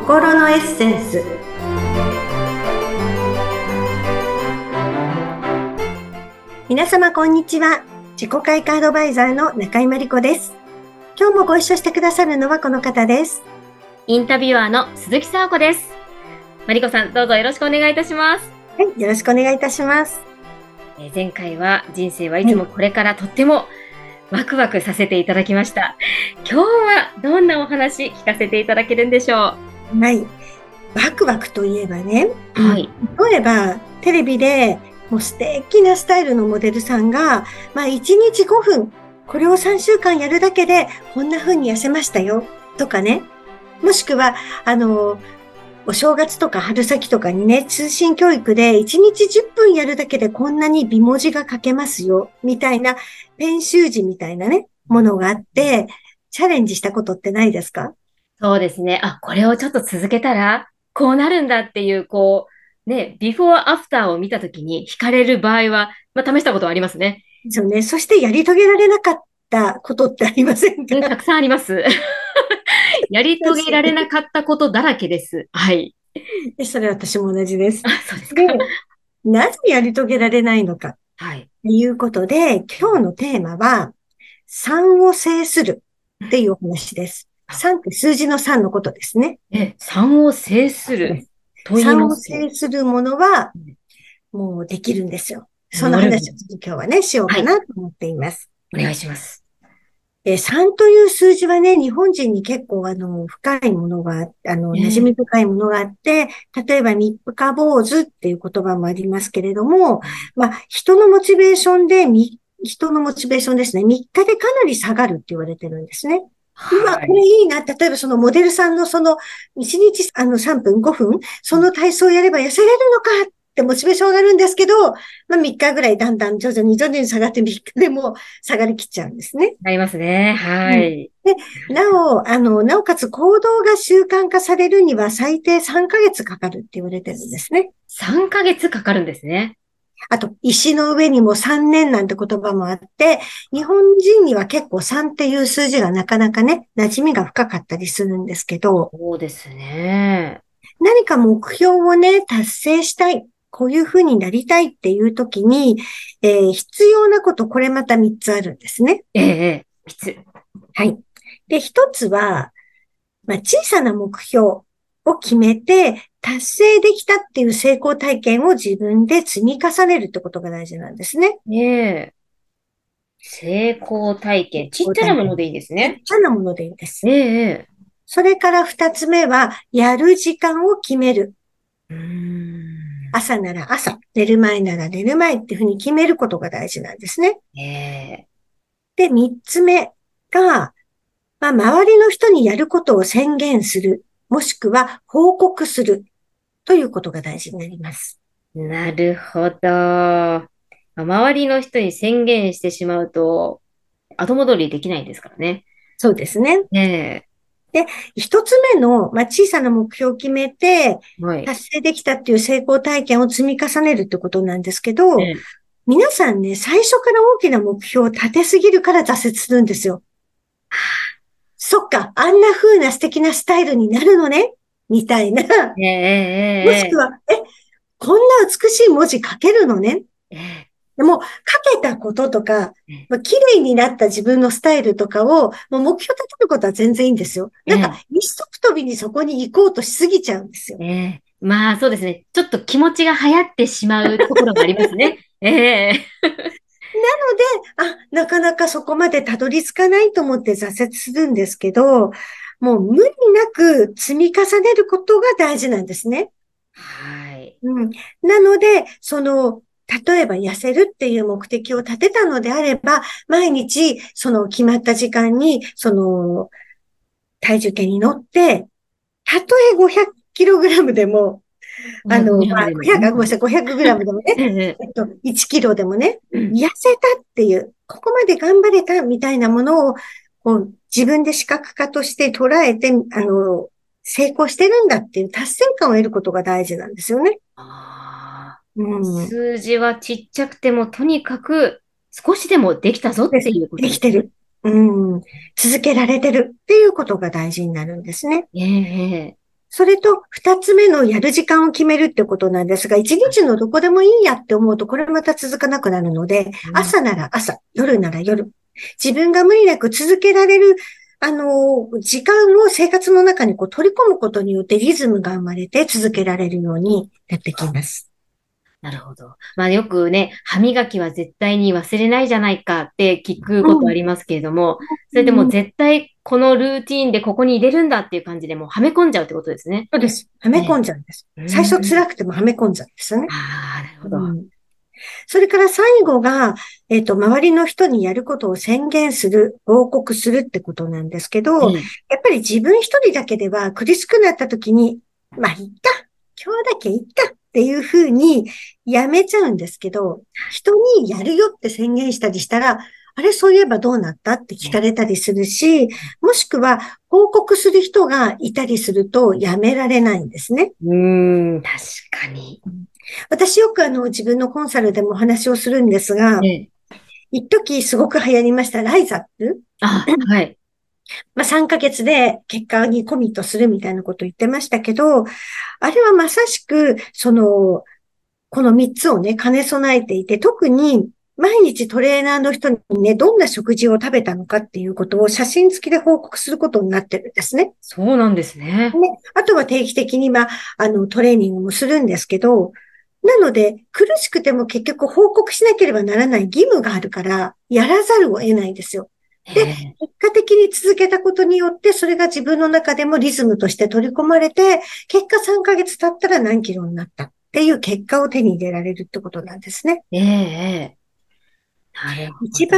心のエッセンス。皆様こんにちは。自己開花アドバイザーの中井真理子です。今日もご一緒してくださるのはこの方です。 インタビュアーの鈴木沙和子です。真理子さん、どうぞよろしくお願いいたします。 はい、よろしくお願いいたします。 前回は人生はいつもこれからとってもワクワクさせていただきました。今日はどんなお話聞かせていただけるんでしょう？ はい。ワクワクといえばね、 はい。 例えばテレビでもう素敵なスタイルのモデルさんが、1日5分、これを3週間やるだけでこんな風に痩せましたよとかね。もしくは、お正月とか春先とかにね、通信教育で1日10分やるだけでこんなに美文字が書けますよ、みたいな、ペン習字みたいなね、ものがあって、チャレンジしたことってないですか？ そうですね。これをちょっと続けたらこうなるんだっていう、ビフォーアフターを見たときに惹かれる場合は、試したことはありますね。 そうね。そしてやり遂げられなかったことってありませんか？ うん、たくさんあります。やり遂げられなかったことだらけです。はい。 それ私も同じです。 そうですか。 で、なぜやり遂げられないのかとはい。 いうことで、今日のテーマは、3を制するっていうお話です。3って数字の3のことですね。 3を制すると言い 3をますと、 制するものは、もうできるんですよ。そのなるほど。 話を今日はね、しようはい。 かなと思っています。 お願いします。 3という数字はね、日本人に結構深いものが、馴染みえ深いものがあって、例えば三日坊主っていう言葉もありますけれども、人のモチベーションで、人のモチベーションですね、3日でかなり下がるって言われてるんですね。これはい。 いいな。例えばそのモデルさんの1日3分、5分、その体操をやれば痩せれるのかってモチベーション上がるんですけど、3日ぐらいだんだん徐々に下がって3日でも下がりきっちゃうんですね。 ありますね。はうん。 い。 で、なおかつ行動が習慣化されるには最低3ヶ月かかるって言われてるんですね。 3ヶ月かかるんですね。 あと、石の上にも3年なんて言葉もあって、日本人には結構3っていう数字がなかなかね、馴染みが深かったりするんですけど、 そうですね。 何か目標をね、達成したい。こういう風になりたいっていう時に、必要なこと、これまた3つあるんですね。 3つ。 はい。で、1つは、小さな目標を決めて、達成できたっていう成功体験を自分で積み重ねるってことが大事なんですね。 ええ成功体験。ちっちゃなものでいいんですね。 ちっちゃなものでいいです。 ええそれから二つ目は、やる時間を決める。 うーん。 朝なら朝、寝る前なら寝る前っていうふうに決めることが大事なんですね。 ええで、三つ目が、周りの人にやることを宣言する。もしくは報告するということが大事になります。 なるほど。周りの人に宣言してしまうと、後戻りできないですからね。 そうですね。 ええで、一つ目の、小さな目標を決めて、 はい。 達成できたっていう成功体験を積み重ねるってことなんですけど、 ええ皆さんね、最初から大きな目標を立てすぎるから挫折するんですよ。そっか、あんな風な素敵なスタイルになるのねみたいな。 ええもしくは、こんな美しい文字書けるのね。 ええでも、書けたこととか、 ええ綺麗になった自分のスタイルとかを、もう目標立てることは全然いいんですよ。なんか、 ええ一足飛びにそこに行こうとしすぎちゃうんですよ。 ええそうですね。ちょっと気持ちが流行ってしまうところがありますね。ええなかなかそこまでたどり着かないと思って挫折するんですけど、もう無理なく積み重ねることが大事なんですね。 はい。 うん。なので、例えば痩せるっていう目的を立てたのであれば、毎日、その決まった時間に、体重計に乗って、たとえ500キログラムでも、 500グラムでも。 500、ごめんなさい、500グラムでもね、 ええ 1キロでもね、 うん。 痩せたっていう、ここまで頑張れたみたいなものを、自分で視覚化として捉えて、成功してるんだっていう達成感を得ることが大事なんですよね。 ああ、 うん。 数字はちっちゃくても、とにかく少しでもできたぞっていうことですね。 できてる。うん。続けられてるっていうことが大事になるんですね。 ええそれと、二つ目のやる時間を決めるってことなんですが、一日のどこでもいいやって思うと、これまた続かなくなるので、 うん、 朝なら朝、夜なら夜。自分が無理なく続けられる、時間を生活の中にこう取り込むことによってリズムが生まれて続けられるようになってきます。 なるほど。まあよくね、歯磨きは絶対に忘れないじゃないかって聞くことあうん。 りますけれども、それでもうん、 絶対このルーティーンでここに入れるんだっていう感じでもうはめ込んじゃうってことですね。 そうです。はめ込ね。 んじゃうんです。 う最初辛ん。 くてもはめ込んじゃうんですよね。 ああ、なるほど。 うん。それから最後が、周りの人にやることを宣言する、報告するってことなんですけど、 ええ。 やっぱり自分一人だけでは苦しくなった時に、まあ、いっか、今日だけいっかっていうふうにやめちゃうんですけど、人にやるよって宣言したりしたら、あれ、そういえばどうなったって聞かね。 れたりするし、もしくは報告する人がいたりするとやめられないんですね。 うーん、確かに。 私よく自分のコンサルでもお話をするんですが、 ええ。 一時すごく流行りました、ライザップ。 あ、はい。 まあ、3ヶ月で結果にコミットするみたいなことを言ってましたけど、あれはまさしく、この3つをね、兼ね備えていて、特に毎日トレーナーの人にね、どんな食事を食べたのかっていうことを写真付きで報告することになってるんですね。 そうなんですね。 ね、あとは定期的に、トレーニングもするんですけど、なので、苦しくても結局報告しなければならない義務があるから、やらざるを得ないんですよ。で、 ええ。 結果的に続けたことによって、それが自分の中でもリズムとして取り込まれて、結果3ヶ月経ったら何キロになったっていう結果を手に入れられるってことなんですね。 ええ。ええ、なるほど。 一番、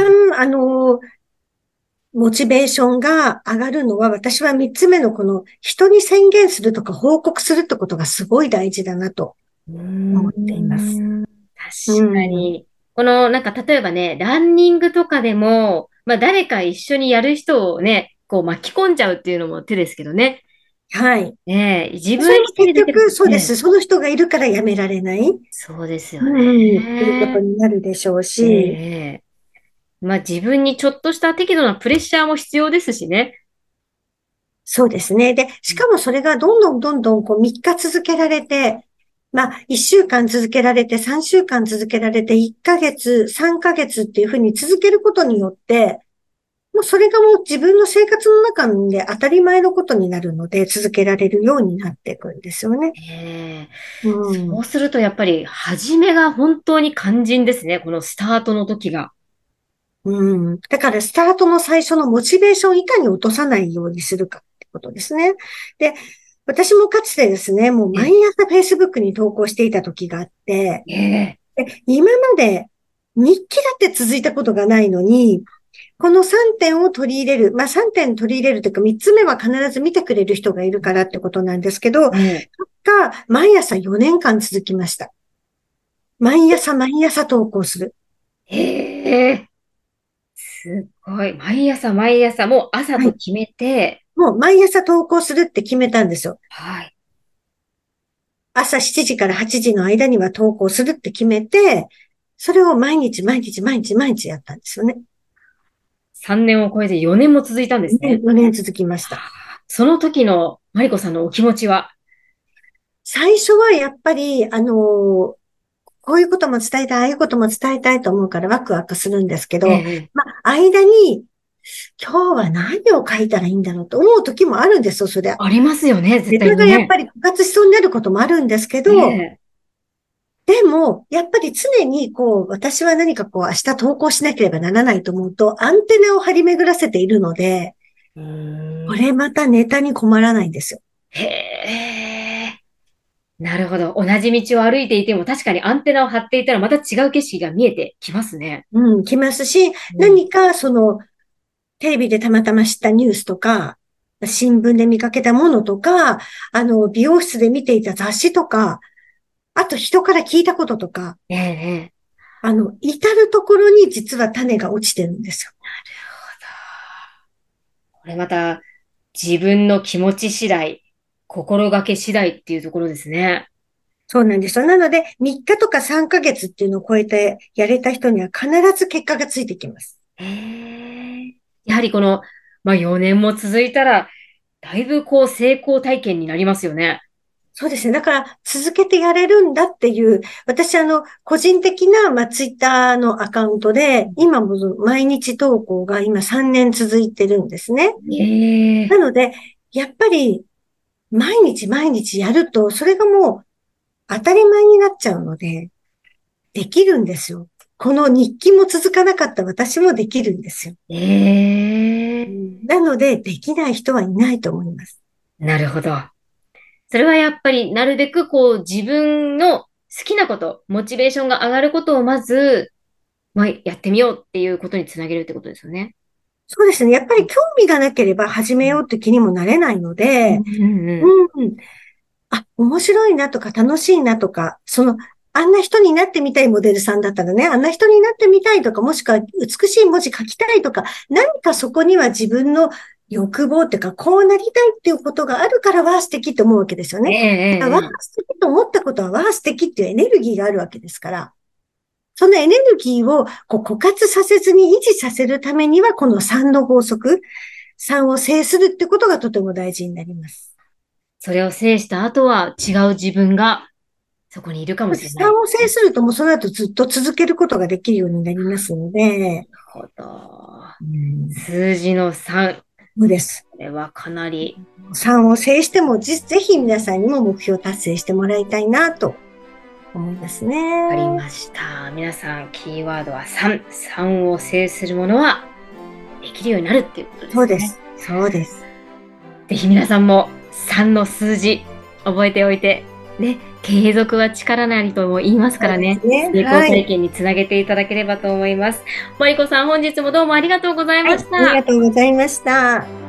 モチベーションが上がるのは、私は三つ目のこの人に宣言するとか報告するってことがすごい大事だなとうー思っています。 ん。 う確かん。 に。この、例えばね、ランニングとかでも、まあ、誰か一緒にやる人をね、こう巻き込んじゃうっていうのも手ですけどね。 はい。 ねえ、自それも分一人で出てる結局、 とね、 そうです。その人がいるからやめられない。 そうですようん、っていうことね。 になるでしょうえし、 え。まあ、自分にちょっとした適度なプレッシャーも必要ですしね。 そうですね。で、しかもそれがどんどんこう3日続けられて、1週間続けられて、3週間続けられて、1ヶ月、3ヶ月っていうふうに続けることによって、もうそれがもう自分の生活の中で当たり前のことになるので、続けられるようになっていくんですよね。 ええ。 うん。 そうするとやっぱり、初めが本当に肝心ですね。このスタートの時が。 うん。だからスタートの最初のモチベーションをいかに落とさないようにするかってことですね。で、私もかつてですね、もう毎え朝 Facebook に投稿していた時があって、 え。 で今まで日記だって続いたことがないのに、この3点を取り入れる。3点取り入れるというか、3つ目は必ず見てくれる人がいるからってことなんですけど、 ええ。 が毎朝4年間続きました。毎朝投稿する。 ええ。すごい。毎朝毎朝、もう朝はい。 と決めて、 もう毎朝投稿するって決めたんですよ。 はい。 朝7時から8時の間には投稿するって決めて、それを毎日やったんですよね。 3年を超えて4年も続いたんですね。 4年続きました。 その時のマリコさんのお気持ちは？ 最初はやっぱり、こういうことも伝えたい、ああいうことも伝えたいと思うからワクワクするんですけど、 ええ。 間に、今日は何を書いたらいいんだろうと思う時もあるんですよ、そりゃ。 ありますよね、絶ネ対にね。 タがやっぱり枯渇しそうになることもあるんですけど、 ええ。 でも、やっぱり常に私は何か明日投稿しなければならないと思うと、アンテナを張り巡らせているので、 うーん。 これまたネタに困らないんですよ。 へえ。なるほど。同じ道を歩いていても確かにアンテナを張っていたらまた違う景色が見えてきますね。 うん、来ますし、 うん。 何かテレビでたまたま知ったニュースとか、新聞で見かけたものとか、美容室で見ていた雑誌とか、あと人から聞いたこととか、 ええ。ええ。 至るところに実は種が落ちてるんですよ。 これまた自分の気持ち次第、心がけ次第っていうところですね。 そうなんですよ。なので、3日とか3ヶ月っていうのを超えてやれた人には必ず結果がついてきます。 へえ。やはりこの、まあ4年も続いたら、 だいぶこう成功体験になりますよね。 そうですね。だから、続けてやれるんだっていう、私、個人的な、ツイッターのアカウントで、今も毎日投稿が今3年続いてるんですね。 ええ、 なので、やっぱり、毎日毎日やると、それがもう当たり前になっちゃうので、できるんですよ。この日記も続かなかった私もできるんですよ。 ええ、 なので、できない人はいないと思います。 なるほど。それはやっぱりなるべくこう自分の好きなこと、モチベーションが上がることをまず、やってみようっていうことにつなげるってことですよね。 そうですね。やっぱり興味がなければ始めようって気にもなれないので、 うんうんうん。 うん。面白いなとか楽しいなとか、あんな人になってみたいモデルさんだったらね、あんな人になってみたいとか、もしくは美しい文字書きたいとか、何かそこには自分の欲望っていうか、こうなりたいっていうことがあるから、わあ素敵って思うわけですよええね。だからわあええええ、 素敵と思ったことは、わあ素敵っていうエネルギーがあるわけですから、そのエネルギーをこう枯渇させずに維持させるためには、この3の法則、3を制するってことがとても大事になります。 それを制した後は違う自分がそこにいるかもしれない。 3を制するともうその後ずっと続けることができるようになりますので、 なるほど。 うん、 数字の3。 そうです。 これはかなり 3を制してもぜひ皆さんにも目標達成してもらいたいなと思いますありね。 ました。皆さん、キーワードは3。3を制するものはできるようになるっていうことですね。 そうです。そうです。 ぜひ皆さんも3の数字覚えておいて、ね、継続は力なりとも言いますかそうらね、 ですね。 成功はい。 体験につなげていただければと思います。マリコさん、本日もどうもありがとうございはい。 ました。 ありがとうございました。